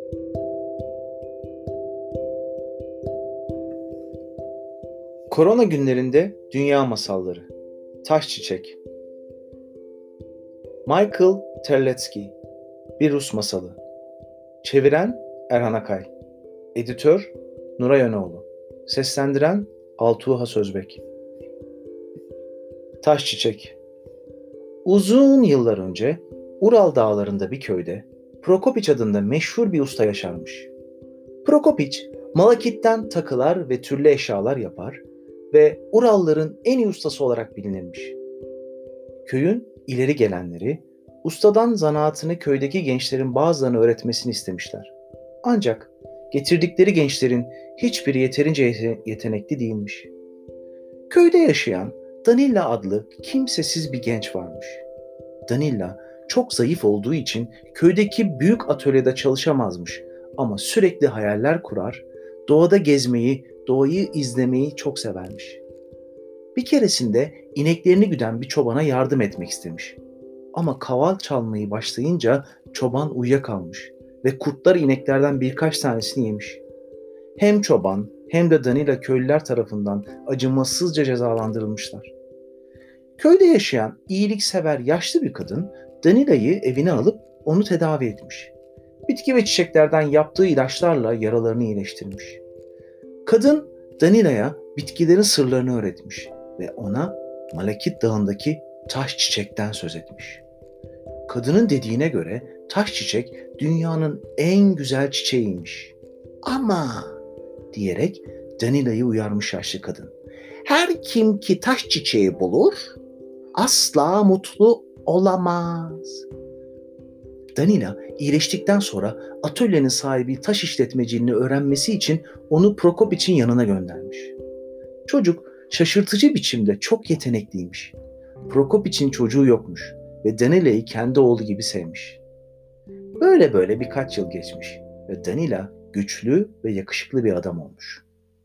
Korona günlerinde Dünya Masalları. Taş Çiçek. Michael Terlecki. Bir Rus masalı. Çeviren Erhan Akay. Editör Nuray Önoğlu. Seslendiren Altuğha Sözbek. Taş Çiçek. Uzun yıllar önce Ural dağlarında bir köyde Prokopiç adında meşhur bir usta yaşarmış. Prokopiç, malakitten takılar ve türlü eşyalar yapar ve Uralların en iyi ustası olarak bilinirmiş. Köyün ileri gelenleri ustadan zanaatını köydeki gençlerin bazılarını öğretmesini istemişler. Ancak getirdikleri gençlerin hiçbiri yeterince yetenekli değilmiş. Köyde yaşayan Danila adlı kimsesiz bir genç varmış. Danila çok zayıf olduğu için köydeki büyük atölyede çalışamazmış ama sürekli hayaller kurar, doğada gezmeyi, doğayı izlemeyi çok severmiş. Bir keresinde ineklerini güden bir çobana yardım etmek istemiş. Ama kaval çalmayı başlayınca çoban uyuyakalmış ve kurtlar ineklerden birkaç tanesini yemiş. Hem çoban hem de Danila köylüler tarafından acımasızca cezalandırılmışlar. Köyde yaşayan iyiliksever yaşlı bir kadın Danila'yı evine alıp onu tedavi etmiş. Bitki ve çiçeklerden yaptığı ilaçlarla yaralarını iyileştirmiş. Kadın Danila'ya bitkilerin sırlarını öğretmiş ve ona Malekit Dağı'ndaki taş çiçekten söz etmiş. Kadının dediğine göre taş çiçek dünyanın en güzel çiçeğiymiş. Ama diyerek Danila'yı uyarmış yaşlı kadın. Her kim ki taş çiçeği bulur asla mutlu olamaz. Danila iyileştikten sonra atölyenin sahibi taş işletmeciliğini öğrenmesi için onu Prokopiç'in yanına göndermiş. Çocuk şaşırtıcı biçimde çok yetenekliymiş. Prokopiç'in çocuğu yokmuş ve Danila'yı kendi oğlu gibi sevmiş. Böyle birkaç yıl geçmiş ve Danila güçlü ve yakışıklı bir adam olmuş.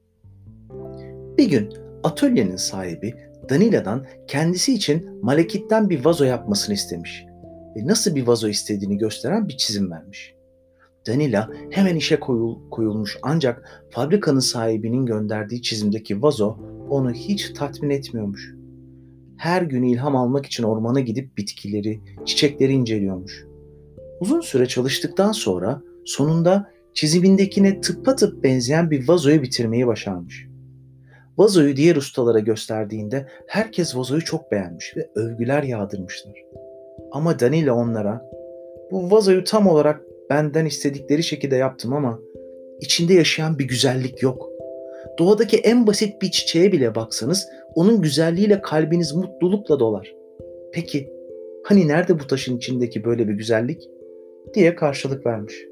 Bir gün atölyenin sahibi Danila'dan kendisi için malekitten bir vazo yapmasını istemiş ve nasıl bir vazo istediğini gösteren bir çizim vermiş. Danila hemen işe koyulmuş ancak fabrikanın sahibinin gönderdiği çizimdeki vazo onu hiç tatmin etmiyormuş. Her gün ilham almak için ormana gidip bitkileri, çiçekleri inceliyormuş. Uzun süre çalıştıktan sonra sonunda çizimindekine tıpatıp benzeyen bir vazoyu bitirmeyi başarmış. Vazoyu diğer ustalara gösterdiğinde herkes vazoyu çok beğenmiş ve övgüler yağdırmışlar. Ama Danila onlara, bu vazoyu tam olarak benden istedikleri şekilde yaptım ama içinde yaşayan bir güzellik yok. Doğadaki en basit bir çiçeğe bile baksanız onun güzelliğiyle kalbiniz mutlulukla dolar. Peki hani nerede bu taşın içindeki böyle bir güzellik? Diye karşılık vermiş.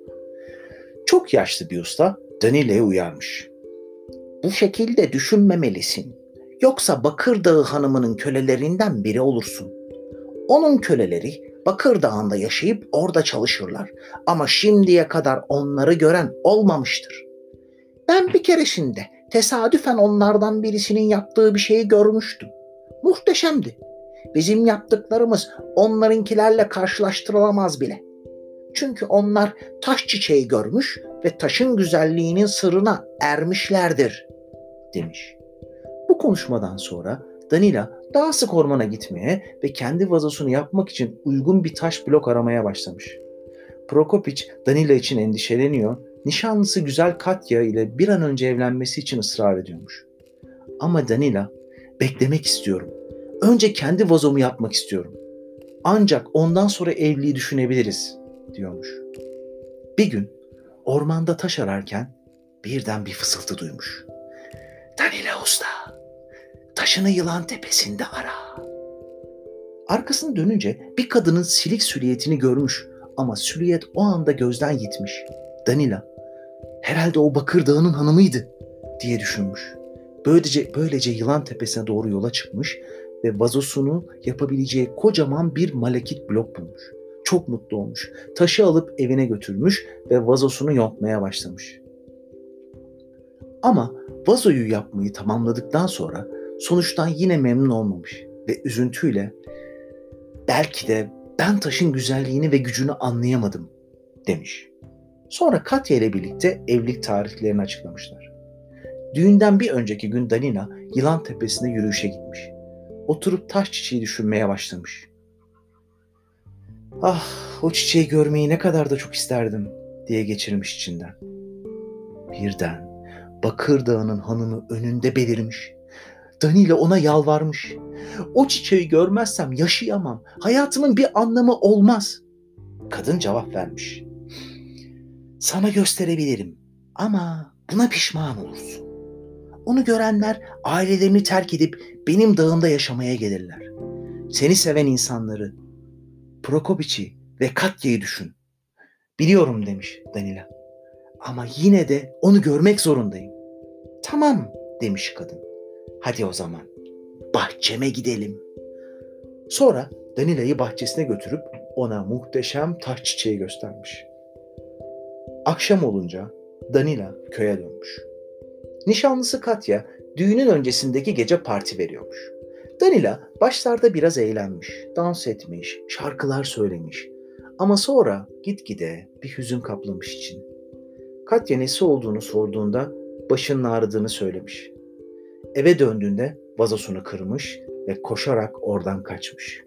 Çok yaşlı bir usta Danila'yı uyarmış. Bu şekilde düşünmemelisin. Yoksa Bakır Dağı hanımının kölelerinden biri olursun. Onun köleleri Bakır Dağı'nda yaşayıp orada çalışırlar. Ama şimdiye kadar onları gören olmamıştır. Ben bir keresinde tesadüfen onlardan birisinin yaptığı bir şeyi görmüştüm. Muhteşemdi. Bizim yaptıklarımız onlarınkilerle karşılaştırılamaz bile. Çünkü onlar taş çiçeği görmüş ve taşın güzelliğinin sırrına ermişlerdir, demiş. Bu konuşmadan sonra Danila daha sık ormana gitmeye ve kendi vazosunu yapmak için uygun bir taş blok aramaya başlamış. Prokopiç Danila için endişeleniyor, nişanlısı güzel Katya ile bir an önce evlenmesi için ısrar ediyormuş. Ama Danila, beklemek istiyorum. Önce kendi vazomu yapmak istiyorum. Ancak ondan sonra evliliği düşünebiliriz, diyormuş. Bir gün ormanda taş ararken birden bir fısıltı duymuş. Danila usta, taşını yılan tepesinde ara. Arkasını dönünce bir kadının silik silüetini görmüş ama silüet o anda gözden gitmiş. Danila, herhalde o Bakır Dağı'nın hanımıydı diye düşünmüş. Böylece yılan tepesine doğru yola çıkmış ve vazosunu yapabileceği kocaman bir malekit blok bulmuş. Çok mutlu olmuş. Taşı alıp evine götürmüş ve vazosunu yontmaya başlamış. Ama vazoyu yapmayı tamamladıktan sonra sonuçtan yine memnun olmamış ve üzüntüyle belki de ben taşın güzelliğini ve gücünü anlayamadım demiş. Sonra Katya ile birlikte evlilik tarihlerini açıklamışlar. Düğünden bir önceki gün Danila Yılan Tepesi'nde yürüyüşe gitmiş. Oturup taş çiçeği düşünmeye başlamış. Ah, o çiçeği görmeyi ne kadar da çok isterdim diye geçirmiş içinden. Birden Bakır Dağı'nın hanımı önünde belirmiş. Danila ona yalvarmış. O çiçeği görmezsem yaşayamam. Hayatımın bir anlamı olmaz. Kadın cevap vermiş. Sana gösterebilirim ama buna pişman olursun. Onu görenler ailelerini terk edip benim dağımda yaşamaya gelirler. Seni seven insanları, Prokopiç'i ve Katya'yı düşün. Biliyorum demiş Danila. Ama yine de onu görmek zorundayım. Tamam demiş kadın. Hadi o zaman bahçeme gidelim. Sonra Danila'yı bahçesine götürüp ona muhteşem taş çiçeği göstermiş. Akşam olunca Danila köye dönmüş. Nişanlısı Katya düğünün öncesindeki gece parti veriyormuş. Danila başlarda biraz eğlenmiş, dans etmiş, şarkılar söylemiş. Ama sonra gitgide bir hüzün kaplamış için. Katya nesi olduğunu sorduğunda başının ağrıdığını söylemiş. Eve döndüğünde vazosunu kırmış ve koşarak oradan kaçmış.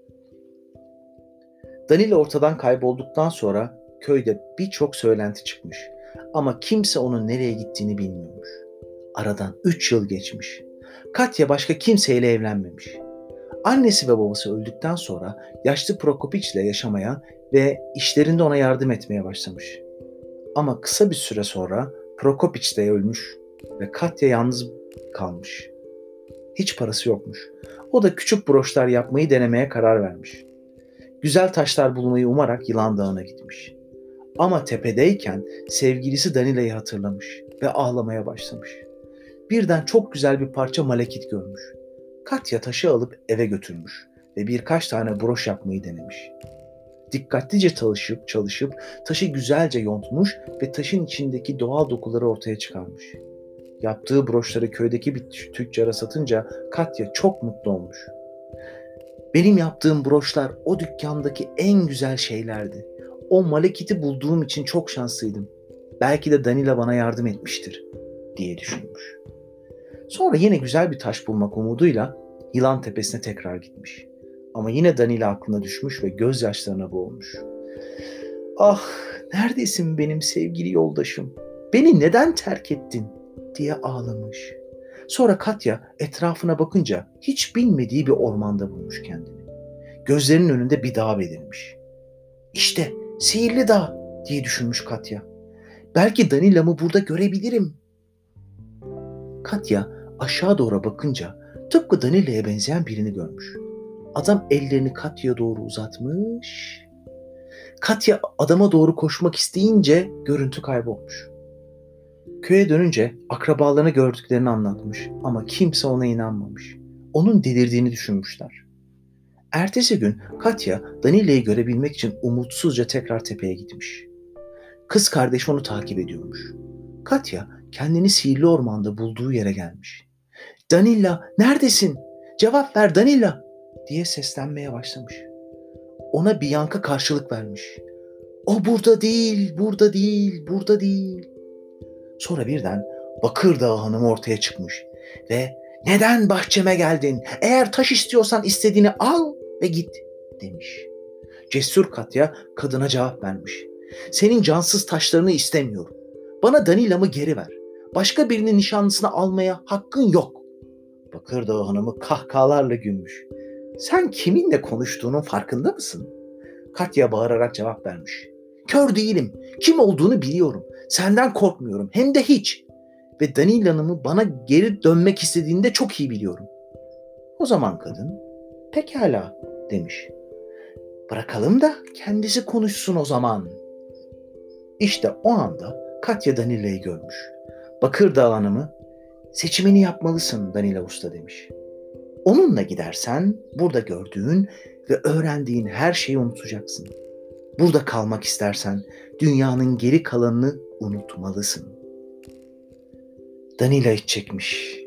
Danila ortadan kaybolduktan sonra köyde birçok söylenti çıkmış. Ama kimse onun nereye gittiğini bilmiyormuş. Aradan 3 yıl geçmiş. Katya başka kimseyle evlenmemiş. Annesi ve babası öldükten sonra yaşlı Prokopiç ile yaşamaya ve işlerinde ona yardım etmeye başlamış. Ama kısa bir süre sonra Prokopiç de ölmüş ve Katya yalnız kalmış. Hiç parası yokmuş. O da küçük broşlar yapmayı denemeye karar vermiş. Güzel taşlar bulmayı umarak Yılan Dağı'na gitmiş. Ama tepedeyken sevgilisi Danila'yı hatırlamış ve ağlamaya başlamış. Birden çok güzel bir parça malekit görmüş. Katya taşı alıp eve götürmüş ve birkaç tane broş yapmayı denemiş. Dikkatlice çalışıp taşı güzelce yontmuş ve taşın içindeki doğal dokuları ortaya çıkarmış. Yaptığı broşları köydeki bir tüccara satınca Katya çok mutlu olmuş. Benim yaptığım broşlar o dükkandaki en güzel şeylerdi. O malekiti bulduğum için çok şanslıydım. Belki de Danila bana yardım etmiştir diye düşünmüş. Sonra yine güzel bir taş bulmak umuduyla Yılan Tepesi'ne tekrar gitmiş. Ama yine Danila aklına düşmüş ve gözyaşlarına boğulmuş. Ah, neredesin benim sevgili yoldaşım? Beni neden terk ettin? Diye ağlamış. Sonra Katya etrafına bakınca hiç bilmediği bir ormanda bulmuş kendini. Gözlerinin önünde bir dağ belirmiş. İşte sihirli dağ diye düşünmüş Katya. Belki Danila'mı burada görebilirim. Katya aşağı doğru bakınca tıpkı Danila'ya benzeyen birini görmüş. Adam ellerini Katya'ya doğru uzatmış. Katya adama doğru koşmak isteyince görüntü kaybolmuş. Köye dönünce akrabalarına gördüklerini anlatmış ama kimse ona inanmamış. Onun delirdiğini düşünmüşler. Ertesi gün Katya Danila'yı görebilmek için umutsuzca tekrar tepeye gitmiş. Kız kardeşi onu takip ediyormuş. Katya kendini sihirli ormanda bulduğu yere gelmiş. Danila, neredesin? Cevap ver Danila diye seslenmeye başlamış. Ona bir yankı karşılık vermiş. O burada değil, burada değil, burada değil. Sonra birden Bakır Dağı hanımı ortaya çıkmış ve neden bahçeme geldin? Eğer taş istiyorsan istediğini al ve git demiş. Cesur Katya kadına cevap vermiş. Senin cansız taşlarını istemiyorum. Bana Danila'mı geri ver. Başka birinin nişanlısını almaya hakkın yok. Bakır Dağı hanımı kahkahalarla gülmüş. Sen kiminle konuştuğunun farkında mısın? Katya bağırarak cevap vermiş. Kör değilim. Kim olduğunu biliyorum. Senden korkmuyorum. Hem de hiç. Ve Danila'mı bana geri dönmek istediğini de çok iyi biliyorum. O zaman kadın, pekala demiş. Bırakalım da kendisi konuşsun o zaman. İşte o anda Katya Danila'yı görmüş. Bakır Dağı hanımı, seçimini yapmalısın Danila Usta demiş. Onunla gidersen burada gördüğün ve öğrendiğin her şeyi unutacaksın. Burada kalmak istersen dünyanın geri kalanını unutmalısın. Danila iç çekmiş.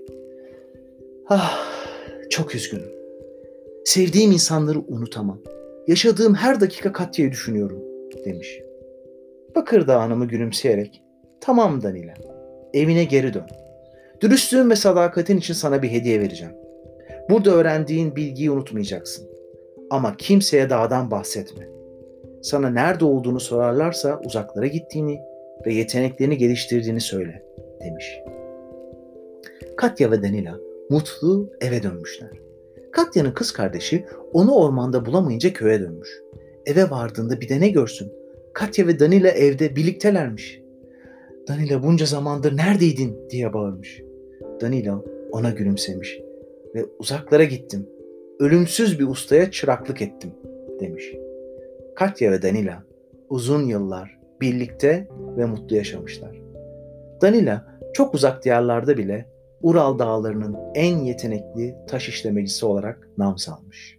Ah, çok üzgünüm. Sevdiğim insanları unutamam. Yaşadığım her dakika Katya'yı düşünüyorum demiş. Bakırdağ Hanımı gülümseyerek, "Tamam Danila, evine geri dön. Dürüstlüğün ve sadakatin için sana bir hediye vereceğim. Burada öğrendiğin bilgiyi unutmayacaksın. Ama kimseye dağdan bahsetme. Sana nerede olduğunu sorarlarsa uzaklara gittiğini ve yeteneklerini geliştirdiğini söyle," demiş. Katya ve Danila mutlu eve dönmüşler. Katya'nın kız kardeşi onu ormanda bulamayınca köye dönmüş. Eve vardığında bir de ne görsün? Katya ve Danila evde birliktelermiş. "Danila, bunca zamandır neredeydin?" diye bağırmış. Danila ona gülümsemiş ve "Uzaklara gittim. Ölümsüz bir ustaya çıraklık ettim," demiş. Katya ve Danila uzun yıllar birlikte ve mutlu yaşamışlar. Danila çok uzak diyarlarda bile Ural Dağları'nın en yetenekli taş işlemecisi olarak nam salmış.